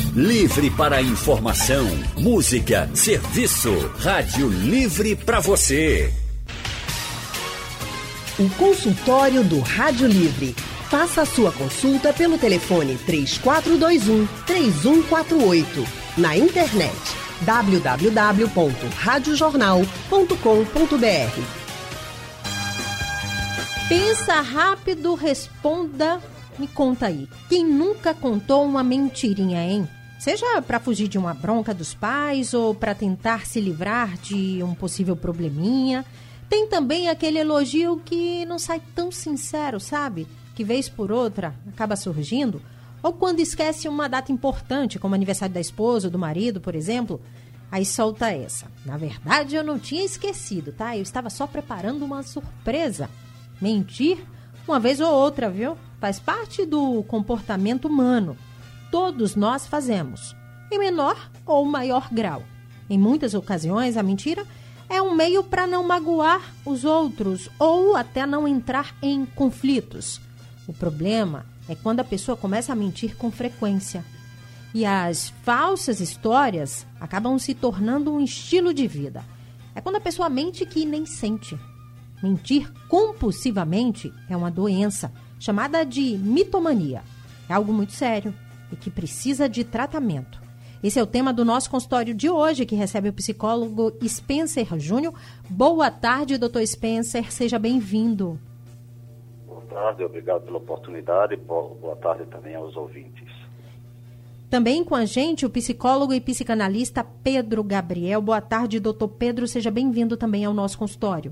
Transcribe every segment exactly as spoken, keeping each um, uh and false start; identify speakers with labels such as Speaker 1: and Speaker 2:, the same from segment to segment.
Speaker 1: Livre para informação, música, serviço. Rádio Livre para você.
Speaker 2: O consultório do Rádio Livre. Faça a sua consulta pelo telefone três quatro dois um, três um quatro oito. Na internet w w w ponto rádio jornal ponto com ponto b r.
Speaker 3: Pensa rápido, responda, me conta aí. Quem nunca contou uma mentirinha, hein? Seja para fugir de uma bronca dos pais ou para tentar se livrar de um possível probleminha. Tem também aquele elogio que não sai tão sincero, sabe? Que vez por outra acaba surgindo. Ou quando esquece uma data importante, como aniversário da esposa ou do marido, por exemplo, aí solta essa. Na verdade, eu não tinha esquecido, tá? Eu estava só preparando uma surpresa. Mentir uma vez ou outra, viu? Faz parte do comportamento humano. Todos nós fazemos, em menor ou maior grau. Em muitas ocasiões, a mentira é um meio para não magoar os outros ou até não entrar em conflitos. O problema é quando a pessoa começa a mentir com frequência. E as falsas histórias acabam se tornando um estilo de vida. É quando a pessoa mente que nem sente. Mentir compulsivamente é uma doença chamada de mitomania. É algo muito sério e que precisa de tratamento. Esse é o tema do nosso consultório de hoje, que recebe o psicólogo Spencer Júnior. Boa tarde, doutor Spencer. Seja bem-vindo.
Speaker 4: Boa tarde, obrigado pela oportunidade. Boa tarde também aos ouvintes.
Speaker 3: Também com a gente o psicólogo e psicanalista Pedro Gabriel. Boa tarde, doutor Pedro. Seja bem-vindo também ao nosso consultório.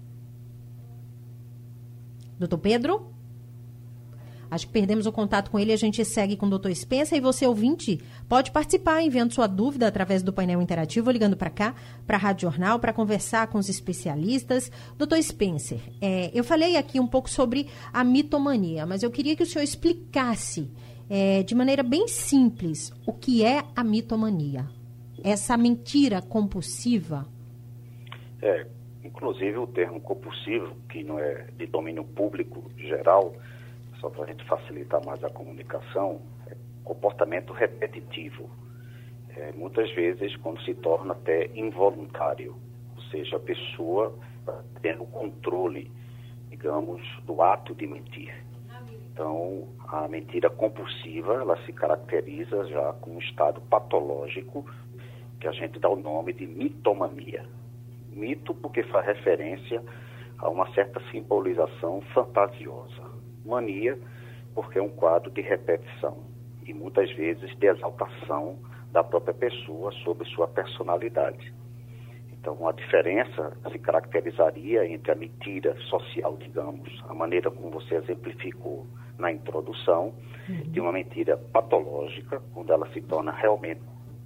Speaker 3: Doutor Pedro? Acho que perdemos o contato com ele, a gente segue com o doutor Spencer. E você, ouvinte, pode participar enviando sua dúvida através do painel interativo, ligando para cá, para a Rádio Jornal, para conversar com os especialistas. doutor Spencer, é, eu falei aqui um pouco sobre a mitomania, mas eu queria que o senhor explicasse é, de maneira bem simples o que é a mitomania, essa mentira compulsiva.
Speaker 4: É, inclusive o termo compulsivo, que não é de domínio público geral, só para a gente facilitar mais a comunicação, é comportamento repetitivo. É, muitas vezes, quando se torna até involuntário, ou seja, a pessoa tendo o controle, digamos, do ato de mentir. Então, a mentira compulsiva, ela se caracteriza já com um estado patológico, que a gente dá o nome de mitomania. Mito porque faz referência a uma certa simbolização fantasiosa. Mania, porque é um quadro de repetição e muitas vezes de exaltação da própria pessoa sobre sua personalidade. Então, a diferença se caracterizaria entre a mentira social, digamos, a maneira como você exemplificou na introdução, uhum. de uma mentira patológica, quando ela se torna realmente,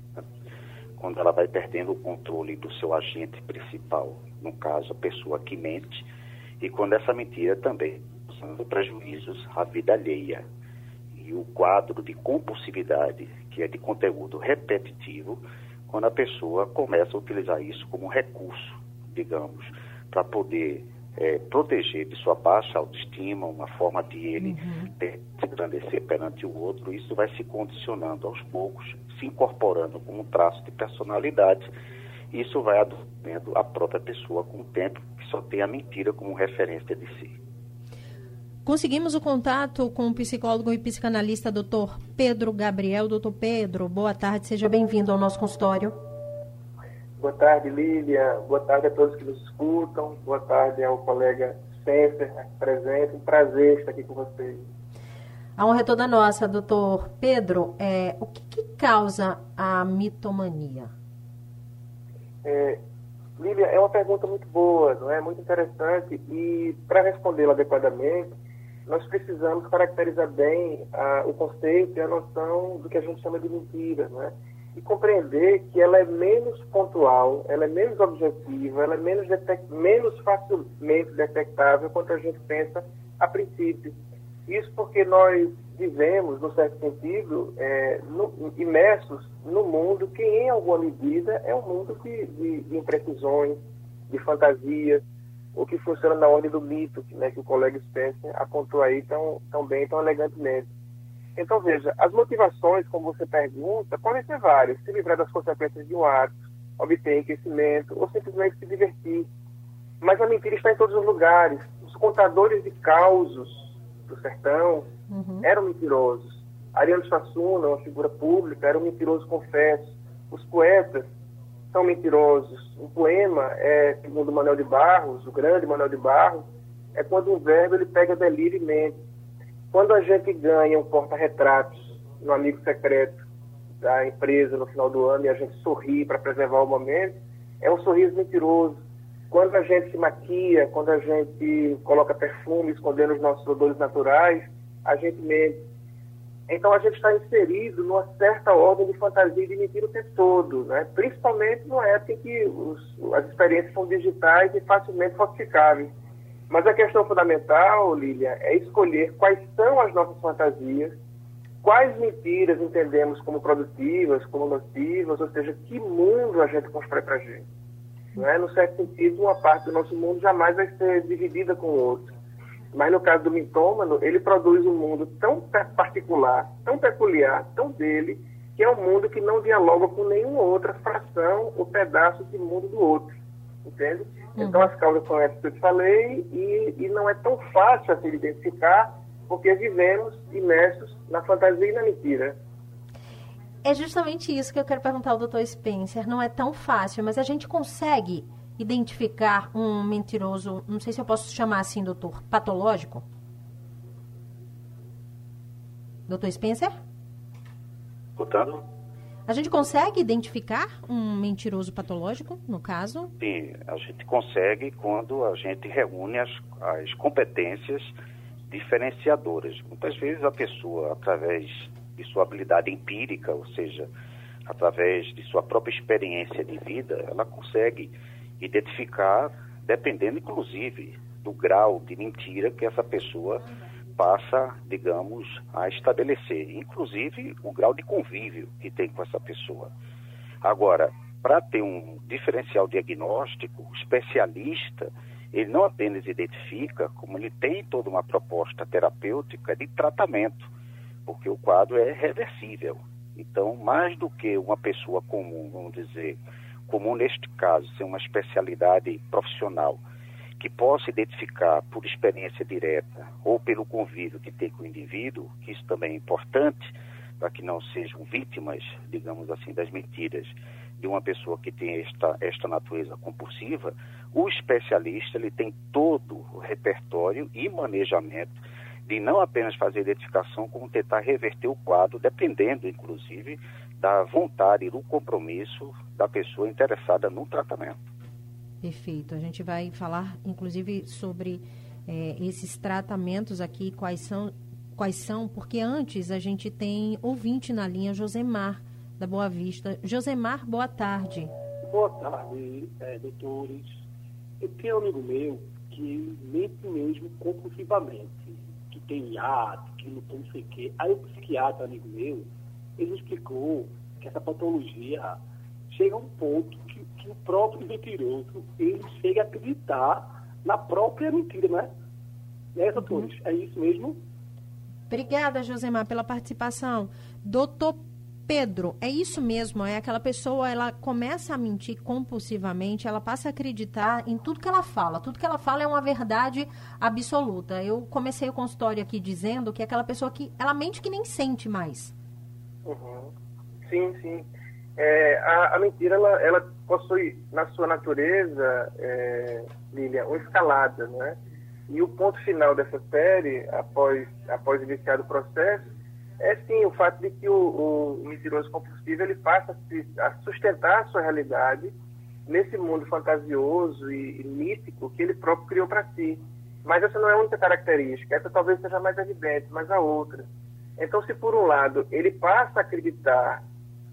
Speaker 4: quando ela vai perdendo o controle do seu agente principal, no caso, a pessoa que mente, e quando essa mentira também prejuízos à vida alheia. E o quadro de compulsividade, que é de conteúdo repetitivo, quando a pessoa começa a utilizar isso como recurso, digamos, para poder é, proteger de sua baixa autoestima, uma forma de ele uhum. ter, se engrandecer perante o outro. Isso vai se condicionando aos poucos, se incorporando como um traço de personalidade. Isso vai adoecendo a própria pessoa com o tempo, que só tem a mentira como referência de si.
Speaker 3: Conseguimos o contato com o psicólogo e psicanalista doutor Pedro Gabriel. doutor Pedro, boa tarde, seja bem-vindo ao nosso consultório.
Speaker 5: Boa tarde, Lília. Boa tarde a todos que nos escutam. Boa tarde ao colega Spencer, aqui presente. Um prazer estar aqui com vocês.
Speaker 3: A honra é toda nossa, doutor Pedro. É, o que, que causa a mitomania?
Speaker 5: É, Lília, é uma pergunta muito boa, não é? Muito interessante. E para respondê-la adequadamente, nós precisamos caracterizar bem a, o conceito e a noção do que a gente chama de mentira, não é? E compreender que ela é menos pontual, ela é menos objetiva, ela é menos, detect, menos facilmente detectável quanto a gente pensa a princípio. Isso porque nós vivemos, no certo sentido, é, no, imersos no mundo que, em alguma medida, é um mundo de, de, de imprecisões, de fantasias, o que funciona na ordem do mito, né, que o colega Spencer apontou aí tão, tão bem, tão elegantemente. Então, veja, as motivações, como você pergunta, podem ser várias. Se livrar das consequências de um ato, obter enriquecimento ou simplesmente se divertir. Mas a mentira está em todos os lugares. Os contadores de causos do sertão uhum. eram mentirosos. Ariano Suassuna, uma figura pública, era um mentiroso confesso. Os poetas são mentirosos. Um poema, é, segundo Manuel de Barros, o grande Manuel de Barros, é quando um verbo ele pega delírio e mente. Quando a gente ganha um porta-retratos no amigo secreto da empresa no final do ano e a gente sorri para preservar o momento, é um sorriso mentiroso. Quando a gente se maquia, quando a gente coloca perfume escondendo os nossos odores naturais, a gente mente. Então a gente está inserido numa certa ordem de fantasia e de mentira o tempo todo, né? Principalmente numa época em que os, as experiências são digitais e facilmente falsificáveis. Mas a questão fundamental, Lília, é escolher quais são as nossas fantasias, quais mentiras entendemos como produtivas, como nocivas, ou seja, que mundo a gente constrói para a gente. Não é? No certo sentido, uma parte do nosso mundo jamais vai ser dividida com o outro. Mas no caso do mitômano, ele produz um mundo tão particular, tão peculiar, tão dele, que é um mundo que não dialoga com nenhuma outra fração ou pedaço de mundo do outro. Entende? Uhum. Então as causas são essas que eu te falei e, e não é tão fácil assim de identificar porque vivemos imersos na fantasia e na mentira.
Speaker 3: É justamente isso que eu quero perguntar ao doutor Spencer. Não é tão fácil, mas a gente consegue identificar um mentiroso, não sei se eu posso chamar assim, doutor, patológico? doutor Spencer?
Speaker 4: Escutando?
Speaker 3: A gente consegue identificar um mentiroso patológico, no caso?
Speaker 4: Sim, a gente consegue quando a gente reúne as, as competências diferenciadoras. Muitas vezes a pessoa, através de sua habilidade empírica, ou seja, através de sua própria experiência de vida, ela consegue identificar, dependendo inclusive do grau de mentira que essa pessoa passa, digamos, a estabelecer, inclusive o grau de convívio que tem com essa pessoa. Agora, para ter um diferencial diagnóstico, o especialista, ele não apenas identifica, como ele tem toda uma proposta terapêutica de tratamento, porque o quadro é reversível. Então, mais do que uma pessoa comum, vamos dizer, comum neste caso, ser uma especialidade profissional, que possa identificar por experiência direta ou pelo convívio que tem com o indivíduo, que isso também é importante, para que não sejam vítimas, digamos assim, das mentiras de uma pessoa que tem esta, esta natureza compulsiva, o especialista ele tem todo o repertório e manejamento de não apenas fazer identificação, como tentar reverter o quadro, dependendo, inclusive, da vontade e do compromisso da pessoa interessada no tratamento.
Speaker 3: Perfeito. A gente vai falar, inclusive, sobre é, esses tratamentos aqui, quais são, quais são, porque antes a gente tem ouvinte na linha, Josemar, da Boa Vista. Josemar, boa tarde.
Speaker 6: Boa tarde, é, doutores. Eu tenho um amigo meu que mente mesmo compulsivamente, que tem hiato, que não tem não sei o quê. Aí o psiquiatra, amigo meu, ele explicou que essa patologia chega a um ponto que, que o próprio mentiroso, ele chega a acreditar na própria mentira, né? É, doutores? Uhum. É isso mesmo?
Speaker 3: Obrigada, Josemar, pela participação. Doutor Pedro, é isso mesmo? É aquela pessoa, ela começa a mentir compulsivamente, ela passa a acreditar em tudo que ela fala. Tudo que ela fala é uma verdade absoluta. Eu comecei o consultório aqui dizendo que é aquela pessoa que ela mente que nem sente mais.
Speaker 5: Uhum. Sim, sim. É, a, a mentira, ela, ela possui na sua natureza, é, Lília, uma escalada, né? E o ponto final dessa série, após, após iniciar o processo, é sim o fato de que o, o mentiroso compulsivo ele passa a, se, a sustentar a sua realidade nesse mundo fantasioso e, e místico que ele próprio criou para si. Mas essa não é a única característica, essa talvez seja mais evidente, mas a outra. Então, se por um lado ele passa a acreditar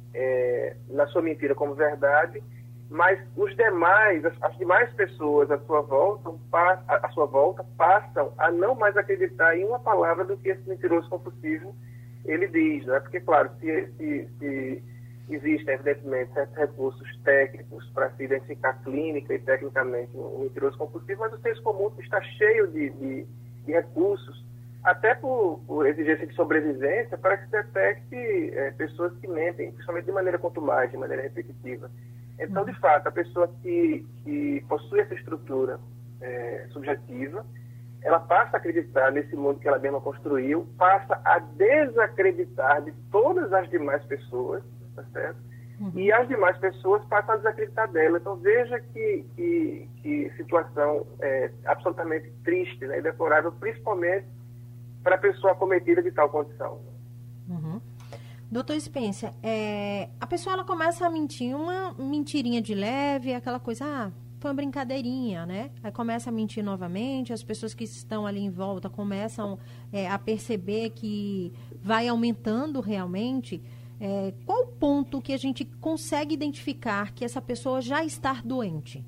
Speaker 5: é, na sua mentira como verdade, mas os demais, as, as demais pessoas à sua volta, pa, à sua volta passam a não mais acreditar em uma palavra do que esse mentiroso compulsivo ele diz, né? Porque, claro, se, se, se existem, evidentemente, certos recursos técnicos para se identificar clínica e tecnicamente um mentiroso compulsivo, mas o senso comum está cheio de, de, de recursos até por, por exigência de sobrevivência, para que se detecte é, pessoas que mentem, principalmente de maneira contumaz, de maneira repetitiva. Então, de fato, a pessoa que, que possui essa estrutura é, subjetiva, ela passa a acreditar nesse mundo que ela mesma construiu, passa a desacreditar de todas as demais pessoas, tá certo? Uhum. E as demais pessoas passam a desacreditar dela. Então, veja que, que, que situação é, absolutamente triste, né, e deplorável, principalmente para a pessoa acometida de tal condição.
Speaker 3: Uhum. Doutor Spencer, é, a pessoa ela começa a mentir, uma mentirinha de leve, aquela coisa, ah, foi uma brincadeirinha, né? Aí começa a mentir novamente, as pessoas que estão ali em volta começam é, a perceber que vai aumentando realmente. É, qual o ponto que a gente consegue identificar que essa pessoa já está doente?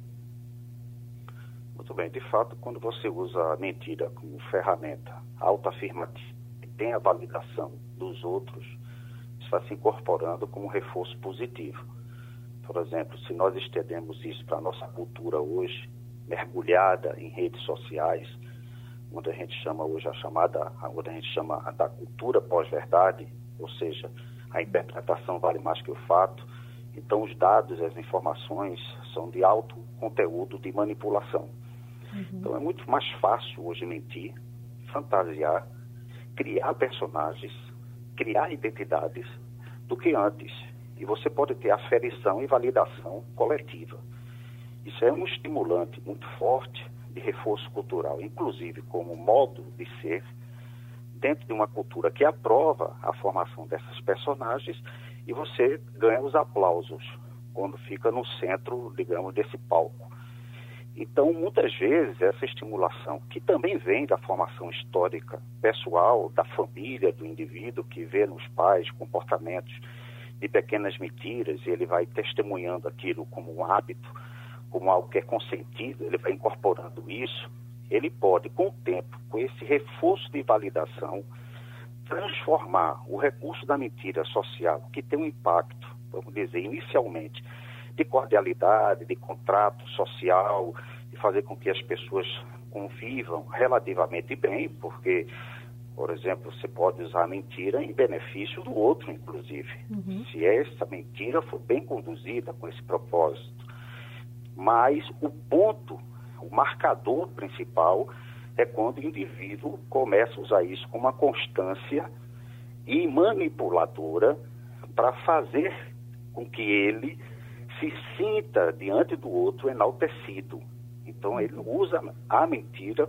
Speaker 4: Muito bem, de fato, quando você usa a mentira como ferramenta autoafirmativa e tem a validação dos outros, está se incorporando como um reforço positivo. Por exemplo, se nós estendemos isso para a nossa cultura hoje, mergulhada em redes sociais, onde a gente chama hoje a chamada, onde a gente chama da cultura pós-verdade, ou seja, a interpretação vale mais que o fato, então os dados e as informações são de alto conteúdo de manipulação. Uhum. Então é muito mais fácil hoje mentir, fantasiar, criar personagens, criar identidades, do que antes. E você pode ter aferição e validação coletiva. Isso é um estimulante muito forte de reforço cultural, inclusive como modo de ser, dentro de uma cultura que aprova a formação dessas personagens, e você ganha os aplausos quando fica no centro, digamos, desse palco. Então, muitas vezes, essa estimulação, que também vem da formação histórica pessoal, da família, do indivíduo, que vê nos pais comportamentos de pequenas mentiras, e ele vai testemunhando aquilo como um hábito, como algo que é consentido, ele vai incorporando isso, ele pode, com o tempo, com esse reforço de validação, transformar o recurso da mentira social, que tem um impacto, vamos dizer, inicialmente, de cordialidade, de contrato social, de fazer com que as pessoas convivam relativamente bem, porque, por exemplo, você pode usar a mentira em benefício do outro, inclusive, uhum. se essa mentira for bem conduzida com esse propósito. Mas o ponto, o marcador principal é quando o indivíduo começa a usar isso com uma constância e manipuladora para fazer com que ele se sinta diante do outro enaltecido. Então ele usa a mentira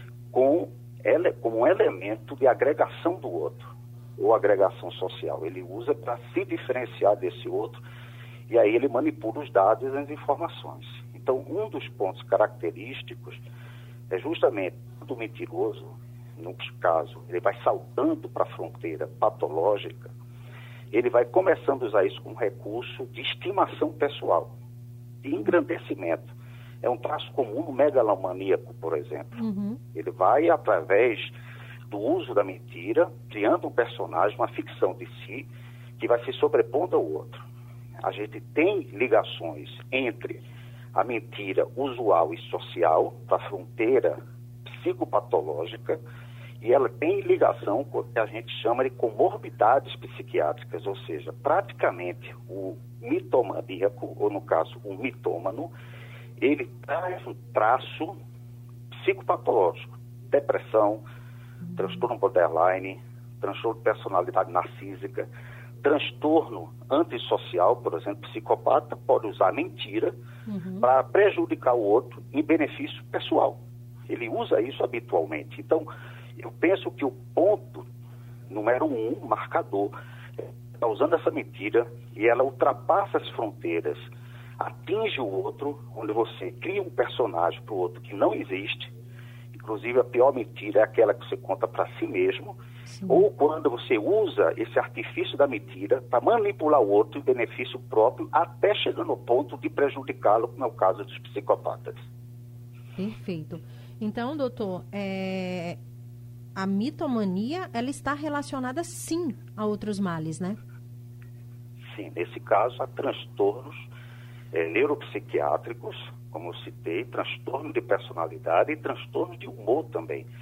Speaker 4: com ele, como um elemento de agregação do outro, ou agregação social. Ele usa para se diferenciar desse outro, e aí ele manipula os dados e as informações. Então, um dos pontos característicos é justamente do mentiroso, no caso, ele vai saltando para a fronteira patológica, ele vai começando a usar isso como recurso de estimação pessoal, de engrandecimento. É um traço comum no megalomaníaco, por exemplo. Uhum. Ele vai, através do uso da mentira, criando um personagem, uma ficção de si, que vai se sobrepondo ao outro. A gente tem ligações entre a mentira usual e social, para a fronteira psicopatológica, e ela tem ligação com o que a gente chama de comorbidades psiquiátricas, ou seja, praticamente o mitomaníaco, ou no caso, o mitômano, ele traz um traço psicopatológico, depressão, uhum. transtorno borderline, transtorno de personalidade narcísica, transtorno antissocial, por exemplo, psicopata pode usar mentira uhum. para prejudicar o outro em benefício pessoal. Ele usa isso habitualmente. Então, eu penso que o ponto número um, marcador, está usando essa mentira e ela ultrapassa as fronteiras, atinge o outro, onde você cria um personagem para o outro que não existe. Inclusive, a pior mentira é aquela que você conta para si mesmo, sim. ou quando você usa esse artifício da mentira para manipular o outro em benefício próprio, até chegar no ponto de prejudicá-lo, como é o caso dos psicopatas.
Speaker 3: Perfeito. Então, doutor, é... a mitomania, ela está relacionada, sim, a outros males, né?
Speaker 4: Sim, nesse caso, há transtornos é, neuropsiquiátricos, como eu citei, transtorno de personalidade e transtorno de humor também.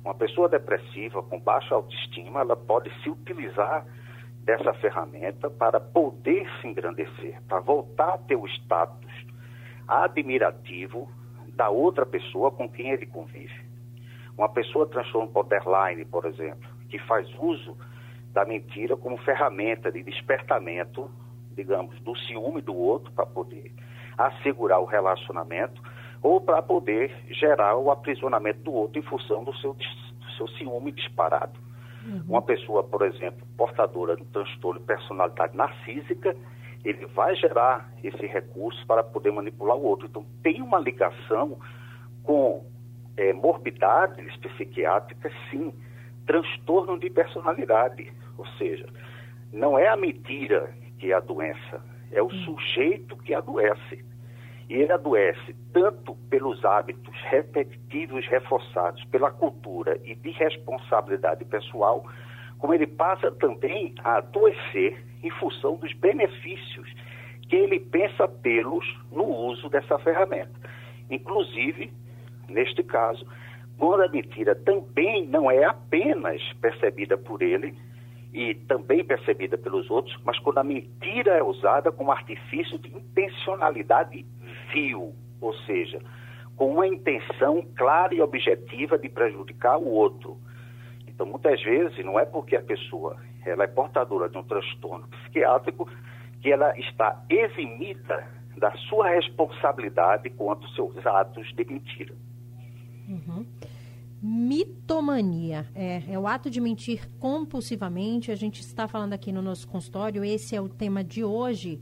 Speaker 4: Uma pessoa depressiva, com baixa autoestima, ela pode se utilizar dessa ferramenta para poder se engrandecer, para voltar a ter o status admirativo da outra pessoa com quem ele convive. Uma pessoa transtorno borderline, por exemplo, que faz uso da mentira como ferramenta de despertamento, digamos, do ciúme do outro para poder assegurar o relacionamento ou para poder gerar o aprisionamento do outro em função do seu, do seu ciúme disparado. Uhum. Uma pessoa, por exemplo, portadora de um transtorno de personalidade narcísica, ele vai gerar esse recurso para poder manipular o outro. Então, tem uma ligação com é, morbidades psiquiátricas, sim, transtorno de personalidade. Ou seja, não é a mentira que é a doença, é o sujeito que adoece. E ele adoece tanto pelos hábitos repetitivos reforçados pela cultura e de responsabilidade pessoal, como ele passa também a adoecer em função dos benefícios que ele pensa tê-los no uso dessa ferramenta. Inclusive, neste caso, quando a mentira também não é apenas percebida por ele e também percebida pelos outros, mas quando a mentira é usada como artifício de intencionalidade vil, ou seja, com uma intenção clara e objetiva de prejudicar o outro. Então, muitas vezes, não é porque a pessoa ela é portadora de um transtorno psiquiátrico que ela está eximida da sua responsabilidade quanto aos seus atos de mentira.
Speaker 3: Uhum. Mitomania, é, é o ato de mentir compulsivamente. A gente está falando aqui no nosso consultório, esse é o tema de hoje.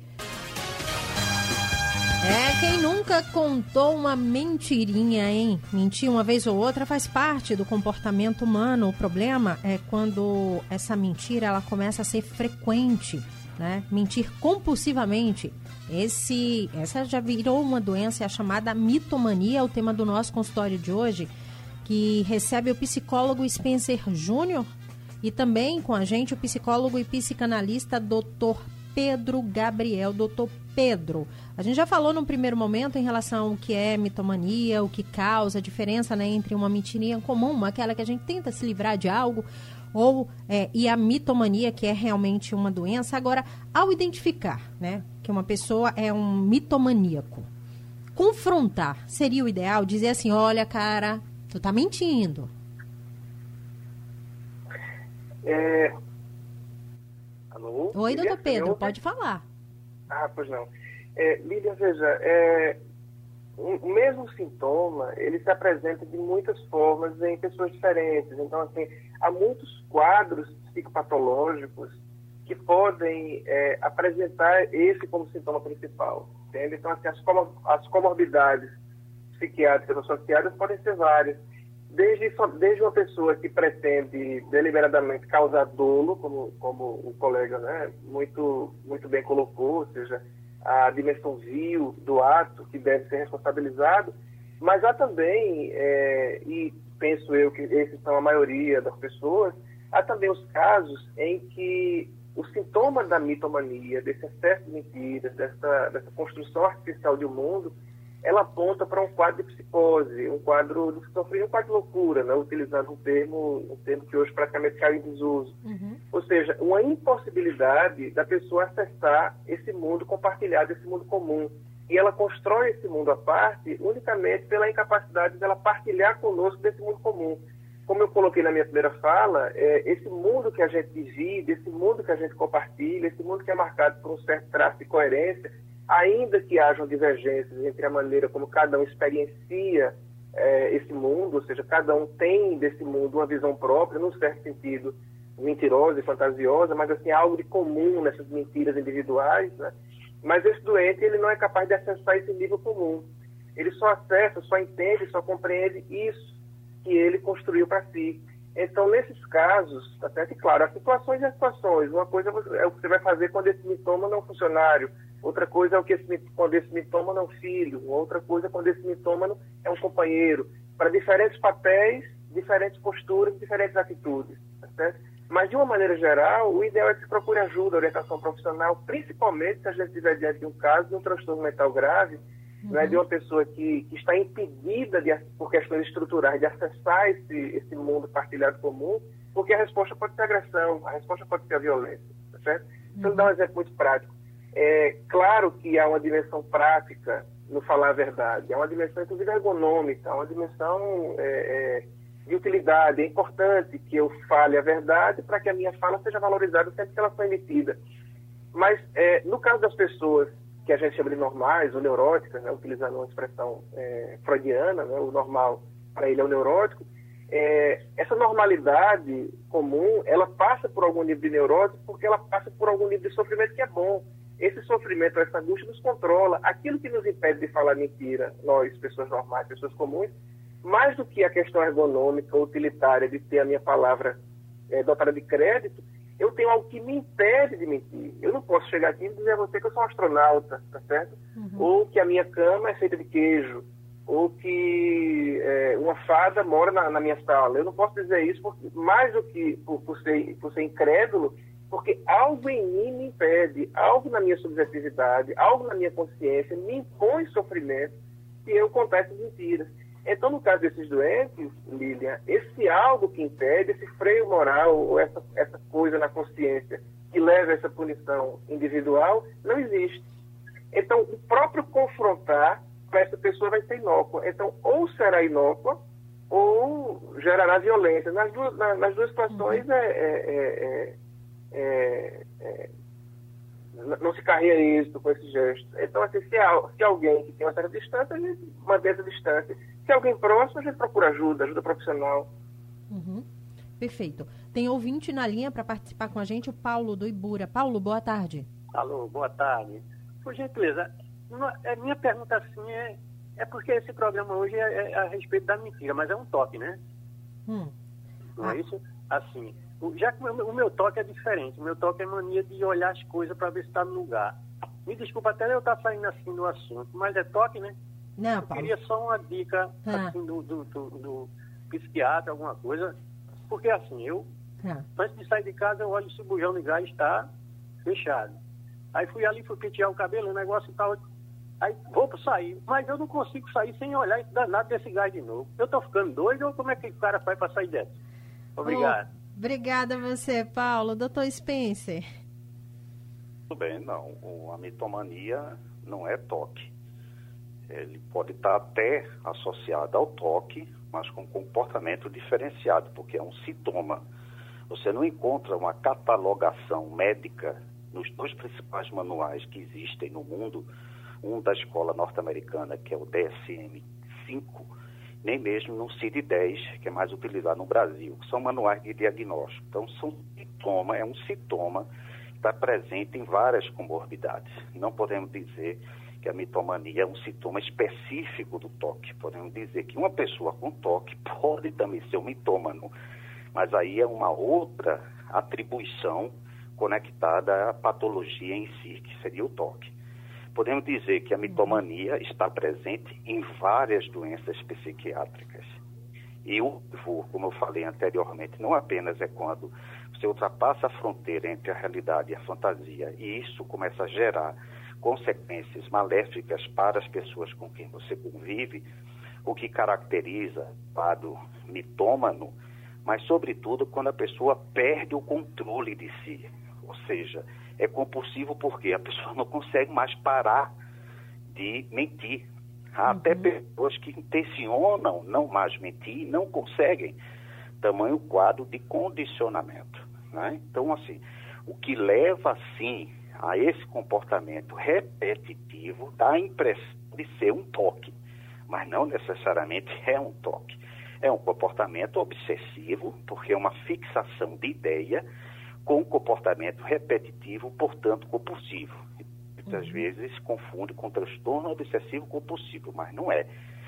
Speaker 3: É, quem nunca contou uma mentirinha, hein? Mentir uma vez ou outra faz parte do comportamento humano. O problema é quando essa mentira ela começa a ser frequente, né? Mentir compulsivamente. Esse, essa já virou uma doença, é a chamada mitomania, é o tema do nosso consultório de hoje, que recebe o psicólogo Spencer Júnior e também com a gente o psicólogo e psicanalista doutor Pedro Gabriel. Doutor Pedro, a gente já falou num primeiro momento em relação ao que é mitomania, o que causa, a diferença, né, entre uma mentirinha comum, aquela que a gente tenta se livrar de algo, ou é, e a mitomania, que é realmente uma doença. Agora, ao identificar, né, que uma pessoa é um mitomaníaco, confrontar seria o ideal, dizer assim, olha, cara, tu tá mentindo.
Speaker 5: É... Alô?
Speaker 3: Oi, doutor Pedro, pode falar.
Speaker 5: Ah, pois não. É, Lília, veja, é, o mesmo sintoma, ele se apresenta de muitas formas em pessoas diferentes. Então, assim, há muitos quadros psicopatológicos que podem é, apresentar esse como sintoma principal. Entende? Então, assim, as, comor as comorbidades psiquiátricas associadas podem ser várias. Desde, desde uma pessoa que pretende deliberadamente causar dolo, como, como o colega, né, muito, muito bem colocou, ou seja, a dimensão vil do ato que deve ser responsabilizado, mas há também, é, e penso eu que esses são a maioria das pessoas, há também os casos em que o sintoma da mitomania, desse excesso de mentiras, dessa, dessa construção artificial de um mundo, ela aponta para um quadro de psicose, um quadro de esquizofrenia, um quadro de loucura, né? Utilizando um termo, um termo que hoje praticamente caiu em desuso. Uhum. Ou seja, uma impossibilidade da pessoa acessar esse mundo compartilhado, esse mundo comum. E ela constrói esse mundo à parte unicamente pela incapacidade dela partilhar conosco desse mundo comum. Como eu coloquei na minha primeira fala, é, esse mundo que a gente divide, esse mundo que a gente compartilha, esse mundo que é marcado por um certo traço de coerência, ainda que hajam divergências entre a maneira como cada um experiencia é, esse mundo, ou seja, cada um tem desse mundo uma visão própria, num certo sentido mentirosa e fantasiosa, mas assim, algo de comum nessas mentiras individuais, né? Mas esse doente, ele não é capaz de acessar esse nível comum. Ele só acessa, só entende, só compreende isso que ele construiu para si. Então, nesses casos, tá certo? E claro, as situações e as situações. Uma coisa é o que você vai fazer quando esse sintoma não é um funcionário. Outra coisa é o que esse, quando esse sintoma não é um filho. Outra coisa é quando esse sintoma não é um companheiro. Para diferentes papéis, diferentes posturas, diferentes atitudes. Tá certo? Mas, de uma maneira geral, o ideal é que se procure ajuda, orientação profissional, principalmente se a gente estiver diante de um caso de um transtorno mental grave, uhum. não é de uma pessoa que, que está impedida, de, por questões estruturais, de acessar esse, esse mundo partilhado comum, porque a resposta pode ser a agressão, a resposta pode ser a violência, tá certo? Uhum. Então, vou dar um exemplo muito prático. É claro que há uma dimensão prática no falar a verdade, há uma dimensão, inclusive, ergonômica, há uma dimensão é, é, de utilidade. É importante que eu fale a verdade para que a minha fala seja valorizada sempre que ela for emitida. Mas, é, no caso das pessoas que a gente chama de normais ou neuróticas, né, utilizando uma expressão é, freudiana, né, o normal para ele é o neurótico, é, essa normalidade comum, ela passa por algum nível de neurótico porque ela passa por algum nível de sofrimento que é bom. Esse sofrimento, essa angústia nos controla. Aquilo que nos impede de falar mentira, nós, pessoas normais, pessoas comuns, mais do que a questão ergonômica, utilitária de ter a minha palavra é, dotada de crédito, eu tenho algo que me impede de mentir. Eu não posso chegar aqui e dizer a você que eu sou um astronauta, tá certo? Uhum. Ou que a minha cama é feita de queijo, ou que é, uma fada mora na, na minha sala. Eu não posso dizer isso porque, mais do que por, por, ser, por ser incrédulo, porque algo em mim me impede, algo na minha subjetividade, algo na minha consciência me impõe sofrimento se eu contar essas mentiras. Então, no caso desses doentes, Lilian, esse algo que impede, esse freio moral, ou essa, essa coisa na consciência que leva a essa punição individual, não existe. Então, o próprio confrontar para essa pessoa vai ser inócua. Então, ou será inócua, ou gerará violência. Nas duas, na, nas duas situações, é, é, é, é, é, não se carrega êxito com esse gesto. Então, assim, se, há, se alguém que tem uma certa distância, a gente mantém essa distância. Se alguém próximo, a gente procura ajuda, ajuda profissional.
Speaker 3: Uhum. Perfeito. Tem ouvinte na linha para participar com a gente, o Paulo do Ibura. Paulo, boa tarde.
Speaker 6: Alô, boa tarde. Por gentileza, a minha pergunta assim é, é porque esse programa hoje é, é a respeito da mentira, mas é um toque, né?
Speaker 3: Hum.
Speaker 6: Não
Speaker 3: ah.
Speaker 6: é isso? Assim, já que o meu toque é diferente, o meu toque é mania de olhar as coisas para ver se está no lugar. Me desculpa até eu estar saindo assim do assunto, mas é toque, né?
Speaker 3: Não,
Speaker 6: eu
Speaker 3: Paulo.
Speaker 6: queria só uma dica
Speaker 3: ah.
Speaker 6: assim, do, do, do, do psiquiatra, alguma coisa, porque assim, eu, ah. antes de sair de casa, eu olho se o bujão de gás está fechado. Aí fui ali, fui pentear o cabelo, o negócio e tal, aí vou sair, mas eu não consigo sair sem olhar esse danado desse gás de novo. Eu tô ficando doido ou como é que o cara faz para sair dessa? Obrigado.
Speaker 3: Oh, obrigada a você, Paulo. doutor Spencer.
Speaker 4: Tudo bem, não. A mitomania não é toque. Ele pode estar até associado ao toque, mas com comportamento diferenciado, porque é um sintoma. Você não encontra uma catalogação médica nos dois principais manuais que existem no mundo, um da escola norte-americana, que é o D S M cinco, nem mesmo no C I D dez, que é mais utilizado no Brasil, que são manuais de diagnóstico. Então, são sintoma, é um sintoma que está presente em várias comorbidades. Não podemos dizer que a mitomania é um sintoma específico do toque. Podemos dizer que uma pessoa com toque pode também ser um mitômano, mas aí é uma outra atribuição conectada à patologia em si, que seria o toque. Podemos dizer que a mitomania está presente em várias doenças psiquiátricas. E o como eu falei anteriormente, não apenas é quando você ultrapassa a fronteira entre a realidade e a fantasia, e isso começa a gerar consequências maléficas para as pessoas com quem você convive, o que caracteriza o quadro mitômano, mas sobretudo quando a pessoa perde o controle de si. Ou seja, é compulsivo porque a pessoa não consegue mais parar de mentir. Há uhum. até pessoas que intencionam não mais mentir e não conseguem. Tamanho quadro de condicionamento, né? Então, assim, o que leva, sim, a esse comportamento repetitivo dá a impressão de ser um toque, mas não necessariamente é um toque. É um comportamento obsessivo, porque é uma fixação de ideia com um comportamento repetitivo, portanto compulsivo. Muitas uhum. vezes confunde com transtorno obsessivo compulsivo, mas não é.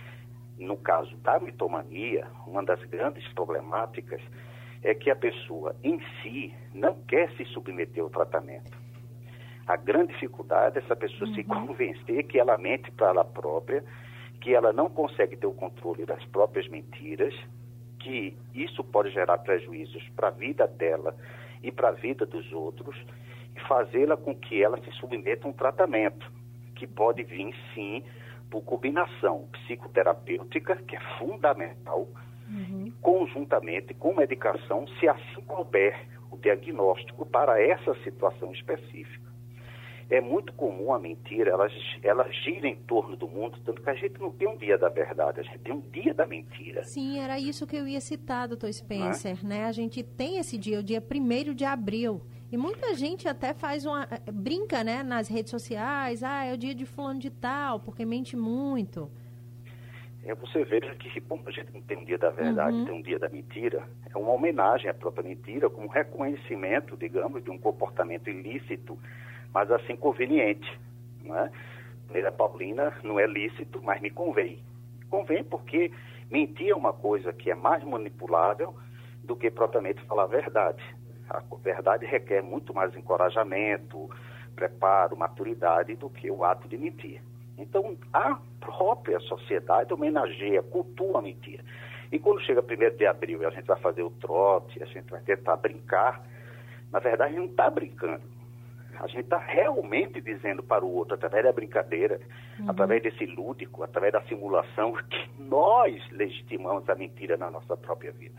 Speaker 4: No caso da mitomania, uma das grandes problemáticas é que a pessoa em si não quer se submeter ao tratamento. A grande dificuldade é essa pessoa uhum. se convencer que ela mente para ela própria, que ela não consegue ter o controle das próprias mentiras, que isso pode gerar prejuízos para a vida dela e para a vida dos outros, e fazê-la com que ela se submeta a um tratamento, que pode vir, sim, por combinação psicoterapêutica, que é fundamental, uhum. conjuntamente com medicação, se assim couber o diagnóstico para essa situação específica. É muito comum a mentira, ela, ela gira em torno do mundo, tanto que a gente não tem um dia da verdade, a gente tem um dia da mentira.
Speaker 3: Sim, era isso que eu ia citar, doutor Spencer, né? A gente tem esse dia, o dia primeiro de abril, e muita gente até faz uma, brinca, né, nas redes sociais, ah, é o dia de fulano de tal, porque mente muito.
Speaker 4: É, você veja que, bom, a gente não tem um dia da verdade, uhum. tem um dia da mentira, é uma homenagem à própria mentira, como reconhecimento, digamos, de um comportamento ilícito, mas assim conveniente, né? Primeira Paulina não é lícito, mas me convém. Convém porque mentir é uma coisa que é mais manipulável do que propriamente falar a verdade. A verdade requer muito mais encorajamento, preparo, maturidade do que o ato de mentir. Então, a própria sociedade homenageia, cultua a mentira. E quando chega primeiro de abril e a gente vai fazer o trote, a gente vai tentar brincar, na verdade a gente não está brincando. A gente está realmente dizendo para o outro, através da brincadeira, uhum. através desse lúdico, através da simulação, que nós legitimamos a mentira na nossa própria vida.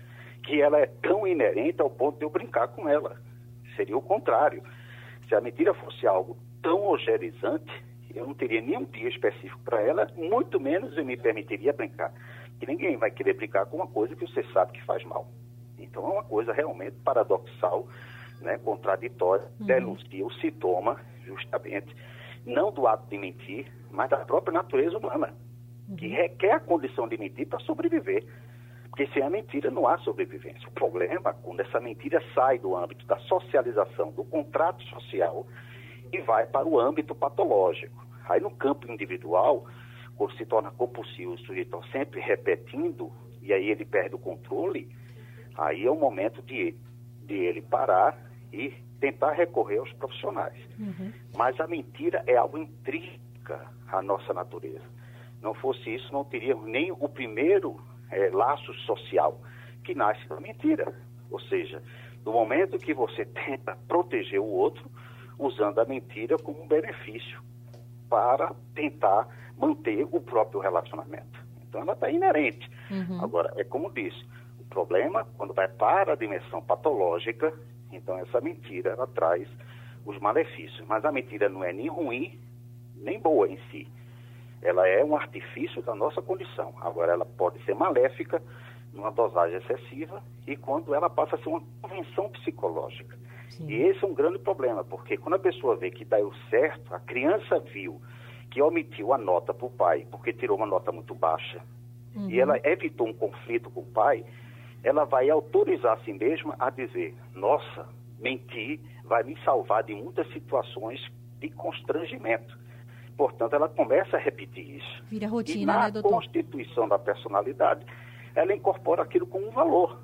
Speaker 4: Que ela é tão inerente ao ponto de eu brincar com ela. Seria o contrário. Se a mentira fosse algo tão ogerizante, eu não teria nenhum dia específico para ela, muito menos eu me permitiria brincar. Que ninguém vai querer brincar com uma coisa que você sabe que faz mal. Então é uma coisa realmente paradoxal, né, contraditória, uhum. denuncia o sintoma, justamente, não do ato de mentir, mas da própria natureza humana, uhum. que requer a condição de mentir para sobreviver. Porque sem a mentira não há sobrevivência. O problema é quando essa mentira sai do âmbito da socialização, do contrato social, e vai para o âmbito patológico. Aí no campo individual, quando se torna compulsivo, o sujeito está sempre repetindo, e aí ele perde o controle, aí é o momento de, de ele parar e tentar recorrer aos profissionais. Uhum. Mas a mentira é algo intrínseca à nossa natureza. Não fosse isso, não teríamos nem o primeiro é, laço social que nasce da mentira. Ou seja, no momento que você tenta proteger o outro, usando a mentira como um benefício para tentar manter o próprio relacionamento. Então ela está inerente. Uhum. Agora, é como disse, o problema, quando vai para a dimensão patológica, então essa mentira, ela traz os malefícios. Mas a mentira não é nem ruim, nem boa em si. Ela é um artifício da nossa condição. Agora, ela pode ser maléfica numa dosagem excessiva e quando ela passa a ser uma convenção psicológica. Sim. E esse é um grande problema, porque quando a pessoa vê que deu certo, a criança viu que omitiu a nota para o pai, porque tirou uma nota muito baixa, uhum. e ela evitou um conflito com o pai, ela vai autorizar a si mesma a dizer, nossa, mentir vai me salvar de muitas situações de constrangimento. Portanto, ela começa a repetir isso.
Speaker 3: Vira rotina,
Speaker 4: e na
Speaker 3: né, doutor?
Speaker 4: Constituição da personalidade, ela incorpora aquilo como um valor.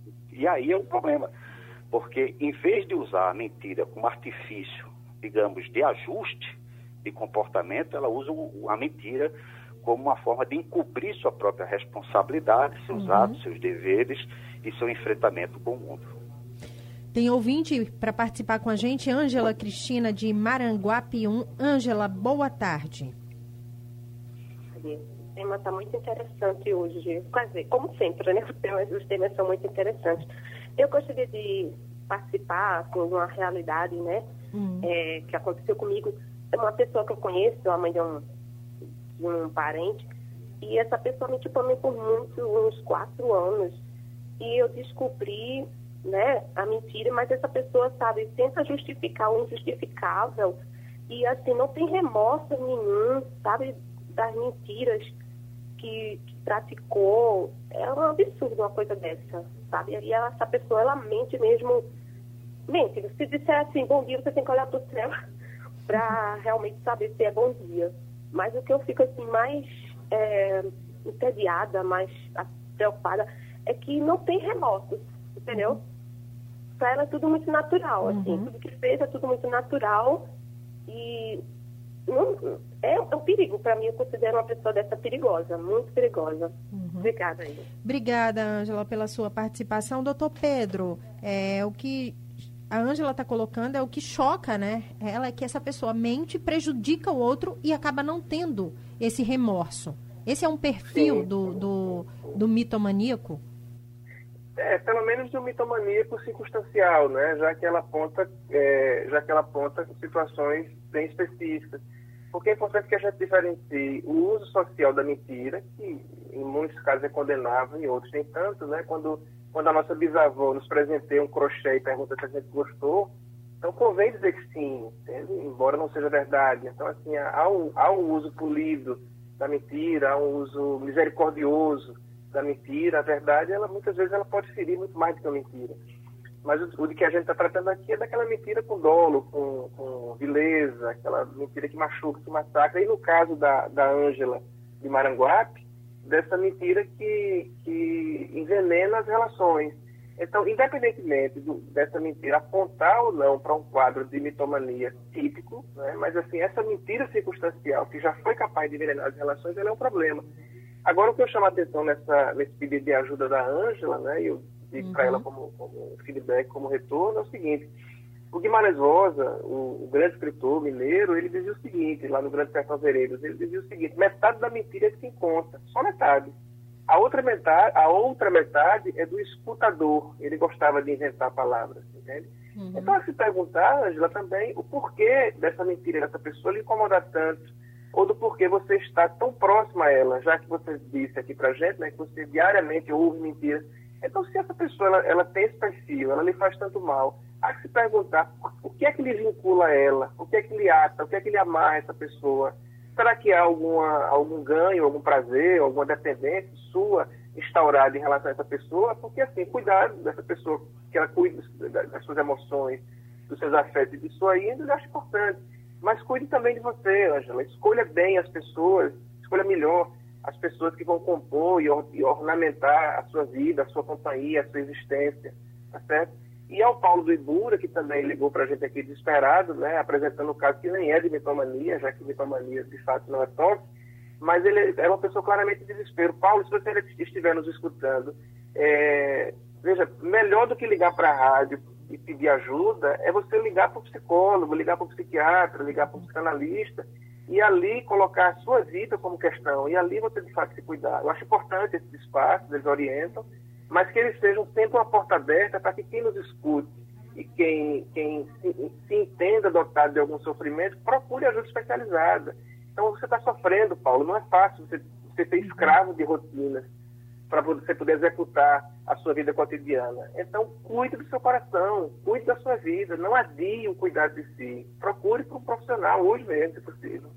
Speaker 4: E aí é o problema. Porque, em vez de usar a mentira como artifício, digamos, de ajuste de comportamento, ela usa a mentira como uma forma de encobrir sua própria responsabilidade, seus uhum. atos, seus deveres e seu enfrentamento com o mundo.
Speaker 3: Tem ouvinte para participar com a gente, Ângela Cristina, de Maranguapium. Ângela, boa tarde.
Speaker 7: O tema está muito interessante hoje. Quer dizer, como sempre, né? Os temas, os temas são muito interessantes. Eu gostaria de participar com uma realidade, né? Uhum. É, que aconteceu comigo. É uma pessoa que eu conheço, a mãe de um, de um parente, e essa pessoa mentiu para mim por muitos, uns quatro anos. E eu descobri, né, a mentira, mas essa pessoa, sabe, tenta justificar o injustificável e, assim, não tem remorso nenhum, sabe, das mentiras que, que praticou. É um absurdo uma coisa dessa, sabe? E ela, essa pessoa, ela mente mesmo, mente. Se disser assim, bom dia, você tem que olhar para o céu para realmente saber se é bom dia. Mas o que eu fico, assim, mais é, entediada, mais preocupada, é que não tem remorso, entendeu? Para ela é tudo muito natural, uhum. assim, tudo que fez é tudo muito natural e não, é um perigo. Para mim, eu considero uma pessoa dessa perigosa, muito perigosa. Uhum. Obrigada aí.
Speaker 3: Obrigada, Ângela, pela sua participação. Doutor Pedro, é, o que a Ângela está colocando é o que choca, né? Ela é que essa pessoa mente, prejudica o outro e acaba não tendo esse remorso. Esse é um perfil do, do, do mitomaníaco?
Speaker 5: É, pelo menos do mitomaníaco circunstancial, né? Já que ela aponta, é, já que ela aponta situações bem específicas. Porque é importante que a gente diferencie o uso social da mentira, que em muitos casos é condenável, em outros nem tanto, né? Quando, quando a nossa bisavó nos presenteia um crochê e pergunta se a gente gostou, então convém dizer que sim, entende? Embora não seja verdade. Então, assim, há um, há um uso polido da mentira, há um uso misericordioso da mentira. A verdade, ela muitas vezes ela pode ferir muito mais do que a mentira. Mas o, o de que a gente está tratando aqui é daquela mentira com dolo, com, com vileza, aquela mentira que machuca, que massacra. E no caso da da Ângela de Maranguape, dessa mentira que, que envenena as relações. Então, independentemente do, dessa mentira apontar ou não para um quadro de mitomania típico, né, mas assim, essa mentira circunstancial que já foi capaz de envenenar as relações, ela é um problema. Agora, o que eu chamo a atenção nessa, nesse pedido de ajuda da Ângela, né, e eu digo uhum. para ela como, como feedback, como retorno, é o seguinte: o Guimarães Rosa, o, o grande escritor mineiro, ele dizia o seguinte, lá no Grande Sertão Veredas, ele dizia o seguinte: metade da mentira é de quem conta, só metade. A outra metade, a outra metade é do escutador. Ele gostava de inventar palavras, entende? Uhum. Então, a se perguntar, Ângela, também o porquê dessa mentira, dessa pessoa lhe incomodar tanto, ou do porquê você está tão próximo a ela, já que você disse aqui pra gente, né, que você diariamente ouve mentiras. Então, se essa pessoa ela, ela tem esse perfil, ela lhe faz tanto mal, há que se perguntar o que é que lhe vincula a ela, o que é que lhe ata, o que é que lhe amarra essa pessoa. Será que há alguma, algum ganho, algum prazer, alguma dependência sua instaurada em relação a essa pessoa? Porque, assim, cuidar dessa pessoa, que ela cuide das suas emoções, dos seus afetos e de sua índole, eu acho importante. Mas cuide também de você, Ângela. Escolha bem as pessoas, escolha melhor as pessoas que vão compor e, or e ornamentar a sua vida, a sua companhia, a sua existência, tá certo? E ao Paulo do Ibura, que também ligou para a gente aqui desesperado, né, apresentando um caso que nem é de mitomania, já que mitomania de fato não é toque, mas ele é uma pessoa claramente de desespero. Paulo, se você estiver nos escutando, é, veja, melhor do que ligar para a rádio e pedir ajuda é você ligar para o psicólogo, ligar para o psiquiatra, ligar para o psicanalista e ali colocar a sua vida como questão, e ali você de fato se cuidar. Eu acho importante esses espaços, eles orientam, mas que eles sejam sempre uma porta aberta para que quem nos escute e quem, quem se, se entenda dotado de algum sofrimento, procure ajuda especializada. Então, você está sofrendo, Paulo, não é fácil você, você ser escravo de rotinas para você poder executar a sua vida cotidiana. Então, cuide do seu coração, cuide da sua vida, não adie o cuidado de si. Procure para um profissional hoje mesmo, se possível.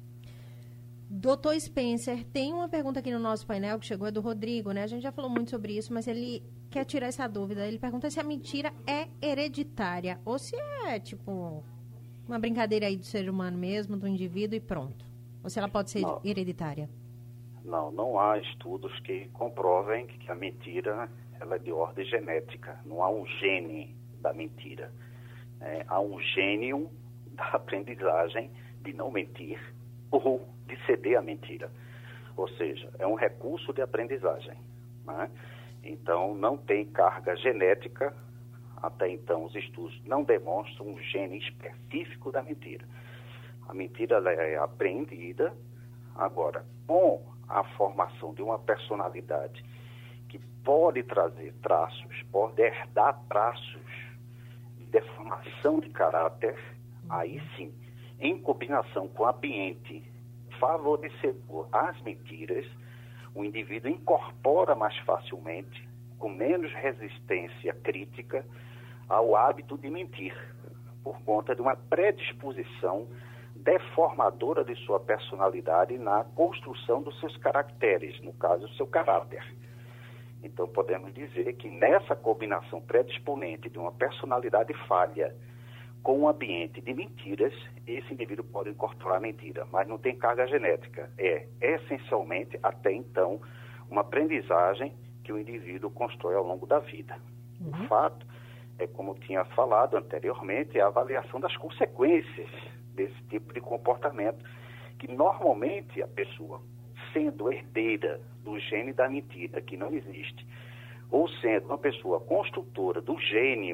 Speaker 3: Doutor Spencer, tem uma pergunta aqui no nosso painel que chegou, é do Rodrigo, né? A gente já falou muito sobre isso, mas ele quer tirar essa dúvida. Ele pergunta se a mentira é hereditária ou se é, tipo, uma brincadeira aí do ser humano mesmo, do indivíduo e pronto. Ou se ela pode ser não. hereditária.
Speaker 4: Não, não há estudos que comprovem que a mentira ela é de ordem genética. Não há um gene da mentira. É, há um gênio da aprendizagem de não mentir ou de ceder à mentira. Ou seja, é um recurso de aprendizagem, né? Então, não tem carga genética. Até então, os estudos não demonstram um gene específico da mentira. A mentira ela é aprendida. Agora, com a formação de uma personalidade que pode trazer traços, pode herdar traços de deformação de caráter, aí sim, em combinação com o ambiente favorecedor às mentiras, o indivíduo incorpora mais facilmente, com menos resistência crítica, ao hábito de mentir, por conta de uma predisposição deformadora de sua personalidade na construção dos seus caracteres, no caso, o seu caráter. Então, podemos dizer que nessa combinação predisponente de uma personalidade falha com um ambiente de mentiras, esse indivíduo pode incorporar a mentira, mas não tem carga genética. É, essencialmente, até então, uma aprendizagem que o indivíduo constrói ao longo da vida. Uhum. O fato é, como tinha falado anteriormente, a avaliação das consequências desse tipo de comportamento, que normalmente a pessoa, sendo herdeira do gene da mentira, que não existe, ou sendo uma pessoa construtora do gênio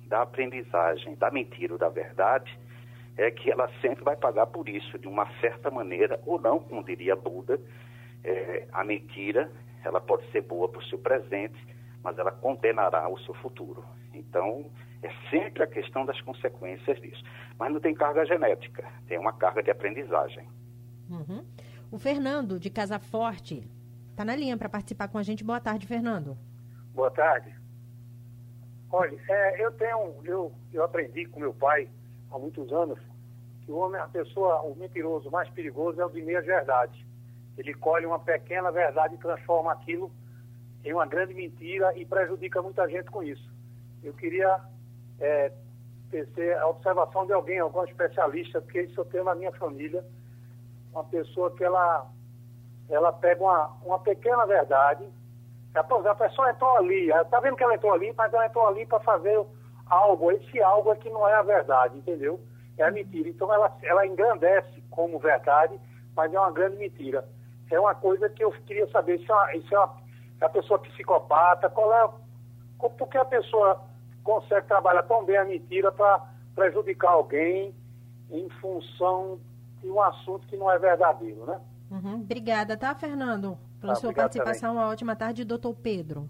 Speaker 4: da aprendizagem da mentira ou da verdade é que ela sempre vai pagar por isso, de uma certa maneira, ou não, como diria Buda, é, a mentira, ela pode ser boa para o seu presente, mas ela condenará o seu futuro. Então, é sempre a questão das consequências disso. Mas não tem carga genética, tem uma carga de aprendizagem.
Speaker 3: Uhum. O Fernando, de Casa Forte, está na linha para participar com a gente. Boa tarde, Fernando.
Speaker 8: Boa tarde. Olha, é, eu tenho, eu, eu aprendi com meu pai há muitos anos que o homem, a pessoa, o mentiroso mais perigoso é o de meias verdades. Ele colhe uma pequena verdade e transforma aquilo em uma grande mentira e prejudica muita gente com isso. Eu queria é, ter a observação de alguém, algum especialista, porque isso eu tenho na minha família, uma pessoa que ela, ela pega uma, uma pequena verdade, a pessoa entrou ali, está vendo que ela entrou ali, mas ela entrou ali para fazer algo, esse algo é que não é a verdade, entendeu? É a mentira. Então ela, ela engrandece como verdade, mas é uma grande mentira. É uma coisa que eu queria saber se é, uma, se é uma, é a pessoa psicopata, qual é, por que a pessoa consegue trabalhar tão bem a mentira para prejudicar alguém em função de um assunto que não é verdadeiro, né?
Speaker 3: Uhum. Obrigada, tá, Fernando? Pela
Speaker 8: Ah,
Speaker 3: sua participação. Também. Uma ótima tarde, doutor Pedro.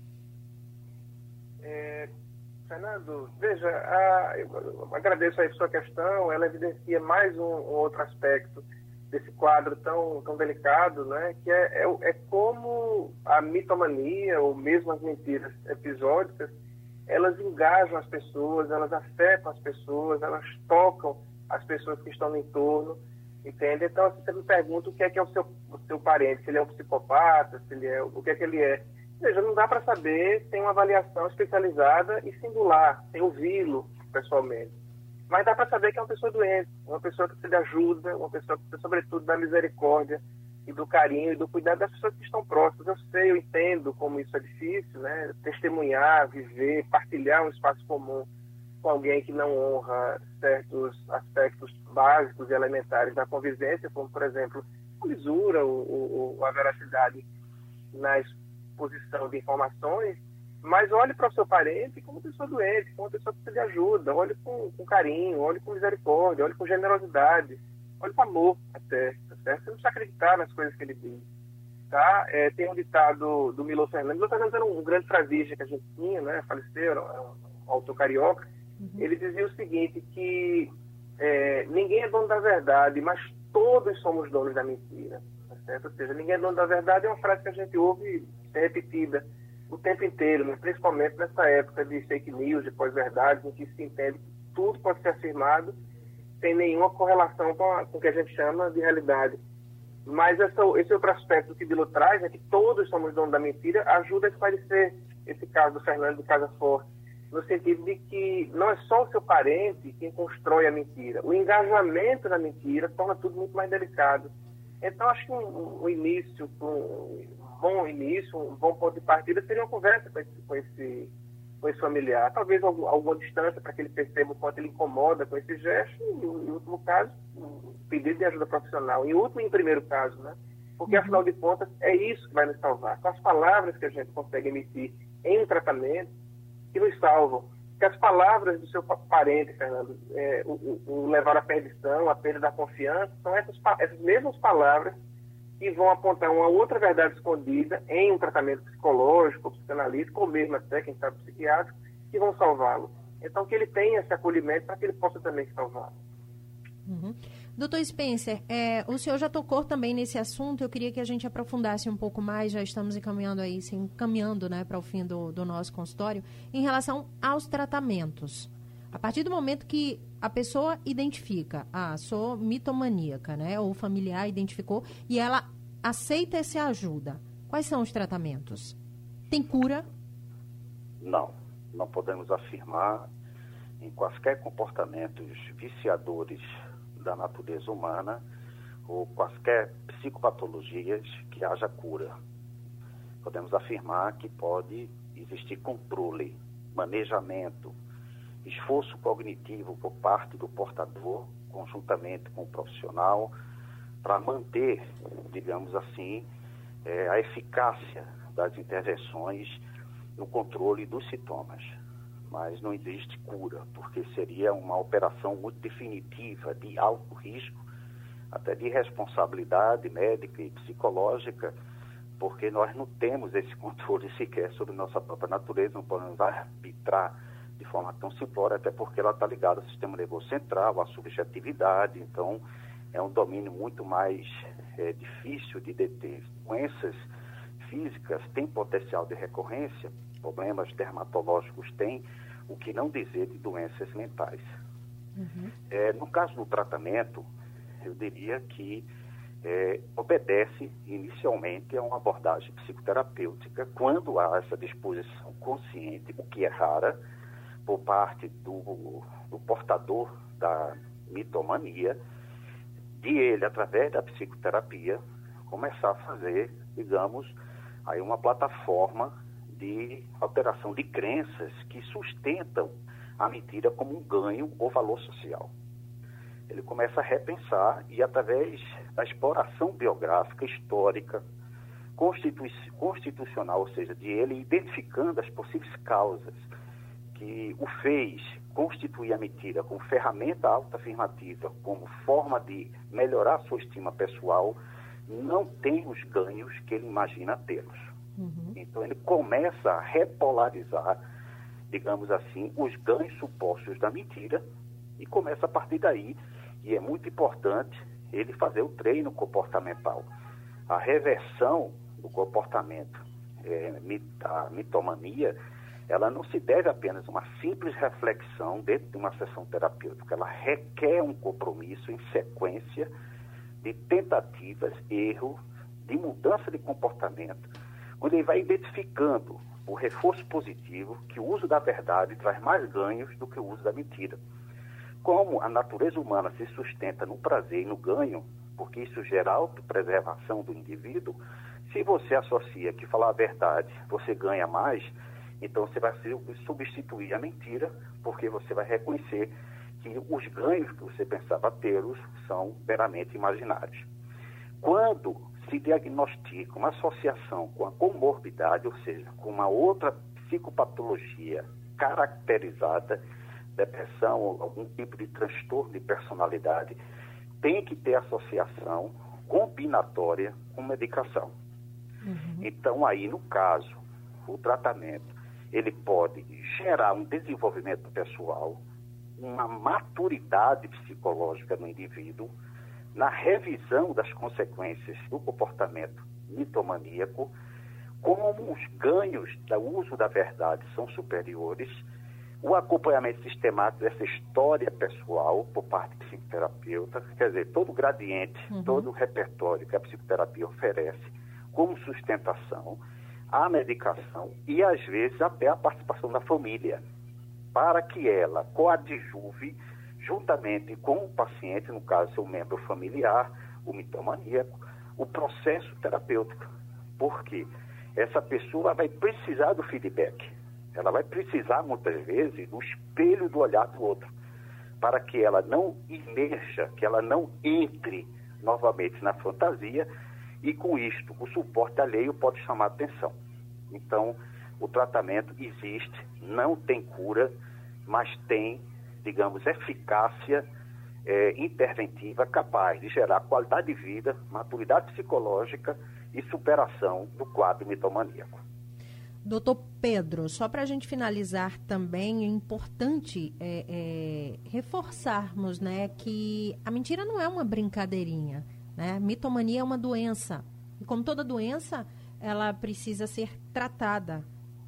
Speaker 5: É, Fernando, veja, a, eu agradeço aí a sua questão, ela evidencia mais um, um outro aspecto desse quadro tão, tão delicado, né, que é, é, é como a mitomania, ou mesmo as mentiras episódicas, elas engajam as pessoas, elas afetam as pessoas, elas tocam as pessoas que estão no entorno, entende? Então, assim, você me pergunta o que é que é o seu, o seu parente, se ele é um psicopata, se ele é, o que é que ele é. Veja, não dá para saber, tem uma avaliação especializada e singular, sem ouvi-lo pessoalmente. Mas dá para saber que é uma pessoa doente, uma pessoa que precisa de ajuda, uma pessoa que precisa, sobretudo, da misericórdia e do carinho e do cuidado das pessoas que estão próximas. Eu sei, eu entendo como isso é difícil, né? Testemunhar, viver, partilhar um espaço comum com alguém que não honra certos aspectos básicos e elementares da convivência, como, por exemplo, a lisura ou, ou a veracidade na exposição de informações, mas olhe para o seu parente como uma pessoa doente, como uma pessoa que precisa de ajuda, olhe com, com carinho, olhe com misericórdia, olhe com generosidade, olhe com amor até, tá certo? Você não precisa acreditar nas coisas que ele diz, tá? É, tem um ditado do Milor Fernandes. Milor Fernandes era um, um grande frasista que a gente tinha, né? Faleceu, era um, um autor carioca. Uhum. Ele dizia o seguinte, que é, ninguém é dono da verdade, mas todos somos donos da mentira, tá certo? Ou seja, ninguém é dono da verdade é uma frase que a gente ouve ser repetida o tempo inteiro, né? Principalmente nessa época de fake news, de pós-verdade, em que se entende que tudo pode ser afirmado sem nenhuma correlação com, a, com o que a gente chama de realidade. Mas essa, esse outro aspecto que Bilo traz, é que todos somos donos da mentira, ajuda a esclarecer esse caso do Fernando de Casa Forte, no sentido de que não é só o seu parente quem constrói a mentira. O engajamento na mentira torna tudo muito mais delicado. Então, acho que um, um início, um bom início, um bom ponto de partida seria uma conversa com esse, com esse, com esse familiar. Talvez algum, alguma distância para que ele perceba o quanto ele incomoda com esse gesto. E, em último caso, um pedido de ajuda profissional. Em último e em primeiro caso, né? Porque, uhum. afinal de contas, é isso que vai nos salvar. Com as palavras que a gente consegue emitir em um tratamento, que nos salvam. Que as palavras do seu parente, Fernando, é, o, o, o levar à perdição, a perda da confiança, são essas, essas mesmas palavras que vão apontar uma outra verdade escondida em um tratamento psicológico, psicanalítico, ou mesmo até, quem sabe, psiquiátrico, que vão salvá-lo. Então, que ele tenha esse acolhimento para que ele possa também se salvar.
Speaker 3: Uhum. doutor Spencer, é, o senhor já tocou também nesse assunto, eu queria que a gente aprofundasse um pouco mais, já estamos encaminhando aí, sim, encaminhando, né, para o fim do, do nosso consultório, em relação aos tratamentos. A partir do momento que a pessoa identifica, ah, sou mitomaníaca, né, ou o familiar identificou, e ela aceita essa ajuda, quais são os tratamentos? Tem cura?
Speaker 4: Não, não podemos afirmar em quaisquer comportamentos viciadores da natureza humana ou quaisquer psicopatologias que haja cura. Podemos afirmar que pode existir controle, manejamento, esforço cognitivo por parte do portador, conjuntamente com o profissional, para manter, digamos assim, é, a eficácia das intervenções no controle dos sintomas. mas não existe cura, porque seria uma operação muito definitiva, de alto risco, até de responsabilidade médica e psicológica, porque nós não temos esse controle sequer sobre nossa própria natureza, não podemos arbitrar de forma tão simplória, até porque ela está ligada ao sistema nervoso central, à subjetividade, então é um domínio muito mais é, difícil de deter. Doenças físicas têm potencial de recorrência, problemas dermatológicos têm, o que não dizer de doenças mentais. Uhum. É, no caso do tratamento, eu diria que é, obedece inicialmente a uma abordagem psicoterapêutica quando há essa disposição consciente, o que é rara, por parte do, do portador da mitomania, de ele, através da psicoterapia, começar a fazer, digamos, aí uma plataforma de alteração de crenças que sustentam a mentira como um ganho ou valor social. Ele começa a repensar e, através da exploração biográfica, histórica, constitu- constitucional, ou seja, de ele identificando as possíveis causas que o fez constituir a mentira como ferramenta autoafirmativa, como forma de melhorar a sua estima pessoal, não tem os ganhos que ele imagina tê-los. Uhum. Então ele começa a repolarizar, digamos assim, os ganhos supostos da mentira e começa a partir daí, e é muito importante ele fazer o treino comportamental. A reversão do comportamento, é, a mitomania, ela não se deve apenas a uma simples reflexão dentro de uma sessão terapêutica, ela requer um compromisso em sequência de tentativas, erro, de mudança de comportamento, onde ele vai identificando o reforço positivo, que o uso da verdade traz mais ganhos do que o uso da mentira. Como a natureza humana se sustenta no prazer e no ganho, porque isso gera autopreservação do indivíduo, se você associa que falar a verdade você ganha mais, então você vai substituir a mentira, porque você vai reconhecer que os ganhos que você pensava tê-los são meramente imaginários. Quando se diagnostica uma associação com a comorbidade, ou seja, com uma outra psicopatologia caracterizada, depressão ou algum tipo de transtorno de personalidade, tem que ter associação combinatória com medicação. Uhum. Então, aí, no caso, o tratamento, ele pode gerar um desenvolvimento pessoal, uma maturidade psicológica no indivíduo, na revisão das consequências do comportamento mitomaníaco, como os ganhos do uso da verdade são superiores, o acompanhamento sistemático dessa história pessoal por parte do psicoterapeuta, quer dizer, todo o gradiente, uhum. todo o repertório que a psicoterapia oferece como sustentação, a medicação e, às vezes, até a participação da família, para que ela coadjuve, juntamente com o paciente, no caso, seu membro familiar, o mitomaníaco, o processo terapêutico. Porque essa pessoa vai precisar do feedback. Ela vai precisar, muitas vezes, do espelho do olhar do outro, para que ela não emerja, que ela não entre novamente na fantasia, e com isto, o suporte alheio pode chamar atenção. Então, o tratamento existe, não tem cura, mas tem, digamos, eficácia é, interventiva capaz de gerar qualidade de vida, maturidade psicológica e superação do quadro mitomaníaco.
Speaker 3: Doutor Pedro, só para a gente finalizar também, é importante é, é, reforçarmos, né, que a mentira não é uma brincadeirinha, né? Mitomania é uma doença. E como toda doença, ela precisa ser tratada.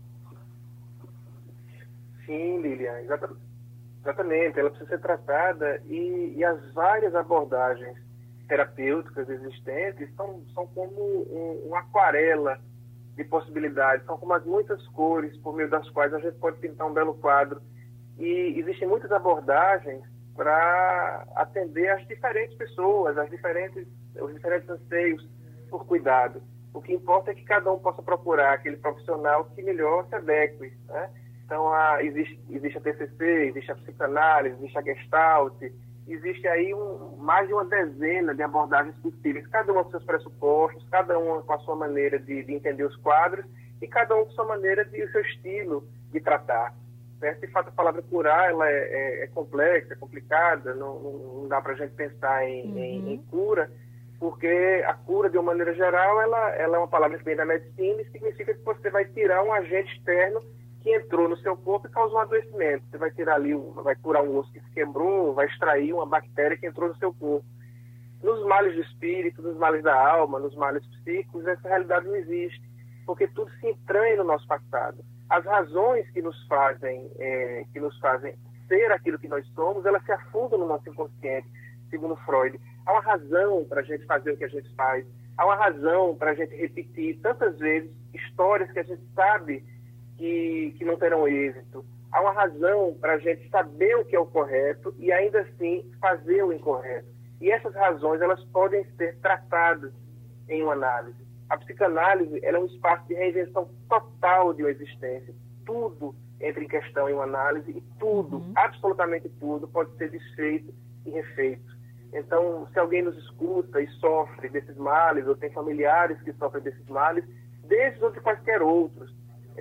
Speaker 5: Sim, Lilian, exatamente. Ela precisa ser tratada e, e as várias abordagens terapêuticas existentes são, são como um, uma aquarela de possibilidades, são como as muitas cores por meio das quais a gente pode pintar um belo quadro. E existem muitas abordagens para atender as diferentes pessoas, as diferentes, os diferentes anseios por cuidado. O que importa é que cada um possa procurar aquele profissional que melhor se adeque, né? Então, a, existe, existe a T C C, existe a psicanálise, existe a Gestalt, existe aí um, mais de uma dezena de abordagens possíveis, cada uma com seus pressupostos, cada uma com a sua maneira de, de entender os quadros e cada um com a sua maneira de o seu estilo de tratar. certo? De fato, a palavra curar ela é, é, é complexa, é complicada, não, não, não dá para a gente pensar em, uhum. em, em cura, porque a cura, de uma maneira geral, ela, ela é uma palavra que vem da medicina e significa que você vai tirar um agente externo que entrou no seu corpo e causou um adoecimento. Você vai tirar ali, vai curar um osso que se quebrou, vai extrair uma bactéria que entrou no seu corpo. Nos males do espírito, nos males da alma, nos males psíquicos, essa realidade não existe, porque tudo se entranha no nosso passado. As razões que nos fazem, é, que nos fazem ser aquilo que nós somos, elas se afundam no nosso inconsciente, segundo Freud. Há uma razão para a gente fazer o que a gente faz, há uma razão para a gente repetir tantas vezes histórias que a gente sabe que, que não terão êxito. Há uma razão para a gente saber o que é o correto e ainda assim fazer o incorreto. E essas razões, elas podem ser tratadas em uma análise. A psicanálise ela é um espaço de reinvenção total de uma existência. Tudo entra em questão em uma análise e tudo, uhum. absolutamente tudo, pode ser desfeito e refeito. Então, se alguém nos escuta e sofre desses males, ou tem familiares que sofrem desses males, desses ou de quaisquer outros,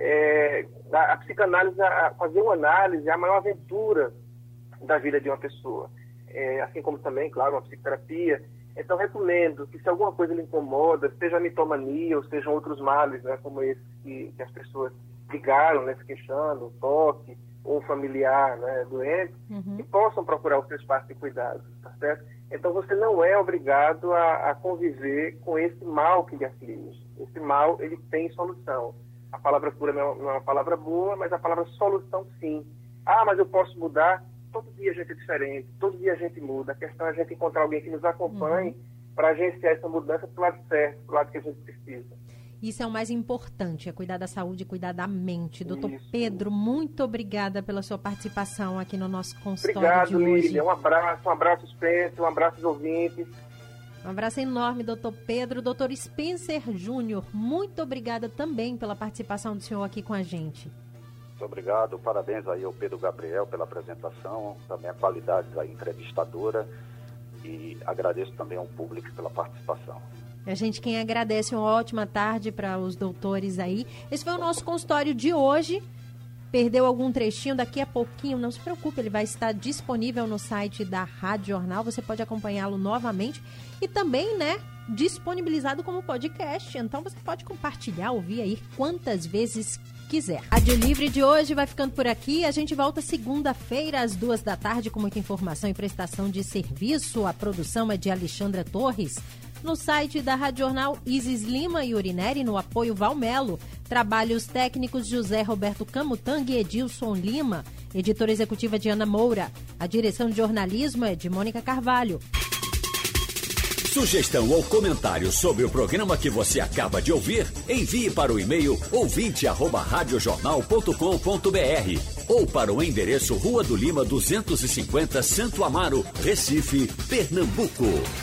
Speaker 5: é, a, a psicanálise, a, fazer uma análise é a maior aventura da vida de uma pessoa. É, assim como também, claro, uma psicoterapia. Então, recomendo que se alguma coisa lhe incomoda, seja a mitomania ou sejam outros males, né, como esse que, que as pessoas ligaram, né, se queixando, o toque, ou um familiar, né, doente, uhum. que possam procurar o seu espaço de cuidado, tá certo? Então, você não é obrigado a, a conviver com esse mal que lhe aflige. Esse mal, ele tem solução. A palavra cura não é, não é uma palavra boa, mas a palavra solução, sim. Ah, mas eu posso mudar? Todo dia a gente é diferente, todo dia a gente muda. A questão é a gente encontrar alguém que nos acompanhe uhum. para agenciar essa mudança para o lado certo, para o lado que a gente precisa.
Speaker 3: Isso é o mais importante, é cuidar da saúde e cuidar da mente. Doutor Pedro, muito obrigada pela sua participação aqui no nosso consultório
Speaker 5: Obrigado,
Speaker 3: de hoje.
Speaker 5: Obrigado, Lília. Um abraço, um abraço, Spencer, um abraço aos ouvintes.
Speaker 3: Um abraço enorme, doutor Pedro. Doutor Spencer Júnior, muito obrigada também pela participação do senhor aqui com a gente.
Speaker 4: Muito obrigado, parabéns aí ao Pedro Gabriel pela apresentação, também a qualidade da entrevistadora e agradeço também ao público pela participação.
Speaker 3: A gente quem agradece, uma ótima tarde para os doutores aí. Esse foi o nosso consultório de hoje. Perdeu algum trechinho, daqui a pouquinho, não se preocupe, ele vai estar disponível no site da Rádio Jornal, você pode acompanhá-lo novamente e também, né, disponibilizado como podcast, então você pode compartilhar, ouvir aí quantas vezes quiser. A Rádio Livre de hoje vai ficando por aqui, a gente volta segunda-feira às duas da tarde com muita informação e prestação de serviço, a produção é de Alexandra Torres. No site da Rádio Jornal, Isis Lima e Urineri, no apoio Valmelo. Trabalhos técnicos José Roberto Camutang e Edilson Lima. Editora executiva de Ana Moura. A direção de jornalismo é de Mônica Carvalho.
Speaker 1: Sugestão ou comentário sobre o programa que você acaba de ouvir, envie para o e-mail ouvinte arroba radiojornal ponto com ponto br ou para o endereço Rua do Lima duzentos e cinquenta, Santo Amaro, Recife, Pernambuco.